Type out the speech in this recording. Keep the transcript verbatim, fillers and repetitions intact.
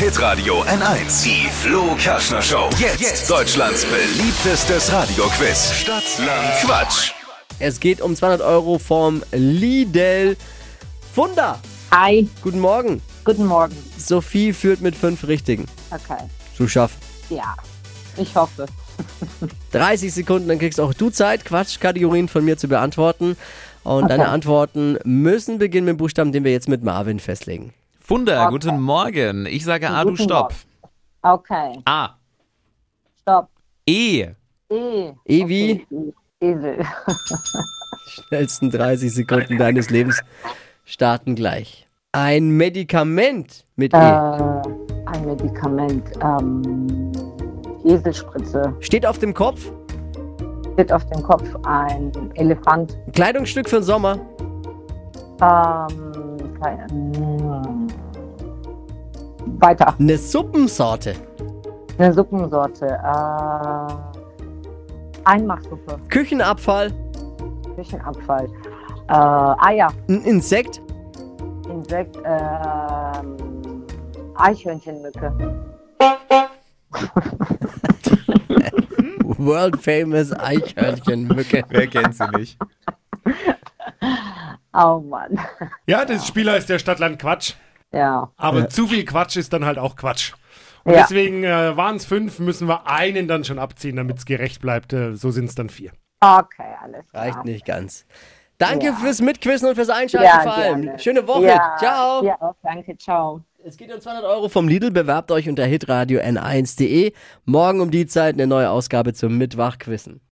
Hitradio N eins. Die Flo Kerschner Show. Jetzt, Jetzt. Deutschlands beliebtestes Radioquiz. Stadt, Land, Quatsch. Es geht um zweihundert Euro vom Lidl. Funda. Hi. Guten Morgen. Guten Morgen. Sophie führt mit fünf Richtigen. Okay. Du schaffst. Ja, ich hoffe. dreißig Sekunden, dann kriegst auch du Zeit, Quatschkategorien von mir zu beantworten. Und Okay. deine Antworten müssen beginnen mit dem Buchstaben, den wir jetzt mit Marvin festlegen. Funda, Okay. guten Morgen. Ich sage A, du Guten stopp. Okay. A. Stopp. E. E. E wie? Okay. Esel. Schnellsten dreißig Sekunden deines Lebens starten gleich. Ein Medikament mit Äh, E. ein Medikament. Ähm, Eselspritze. Steht auf dem Kopf. Steht auf dem Kopf ein Elefant. Kleidungsstück für den Sommer. Ähm, keine, mm, weiter. Eine Suppensorte. Eine Suppensorte. Äh, Einmachsuppe. Küchenabfall. Küchenabfall. Äh, Eier. Ein Insekt. Insekt. Ähm, Eichhörnchenmücke. World famous Eichhörnchenmücke. Wer kennt sie nicht? Oh Mann. Ja, das Spiel heißt der Stadtland Quatsch. Ja. Aber Ja. zu viel Quatsch ist dann halt auch Quatsch. Und Ja. deswegen äh, waren es fünf, müssen wir einen dann schon abziehen, damit es gerecht bleibt. Äh, so sind es dann vier. Okay, alles klar. Reicht nicht ganz. Danke Ja. fürs Mitquissen und fürs Einschalten Ja, vor allem. gerne. Schöne Woche. Ja, Ciao. Ja, auch, danke, ciao. Es geht um zweihundert Euro vom Lidl. Bewerbt euch unter hitradio n eins punkt de. Morgen um die Zeit eine neue Ausgabe zum Mitwachquissen.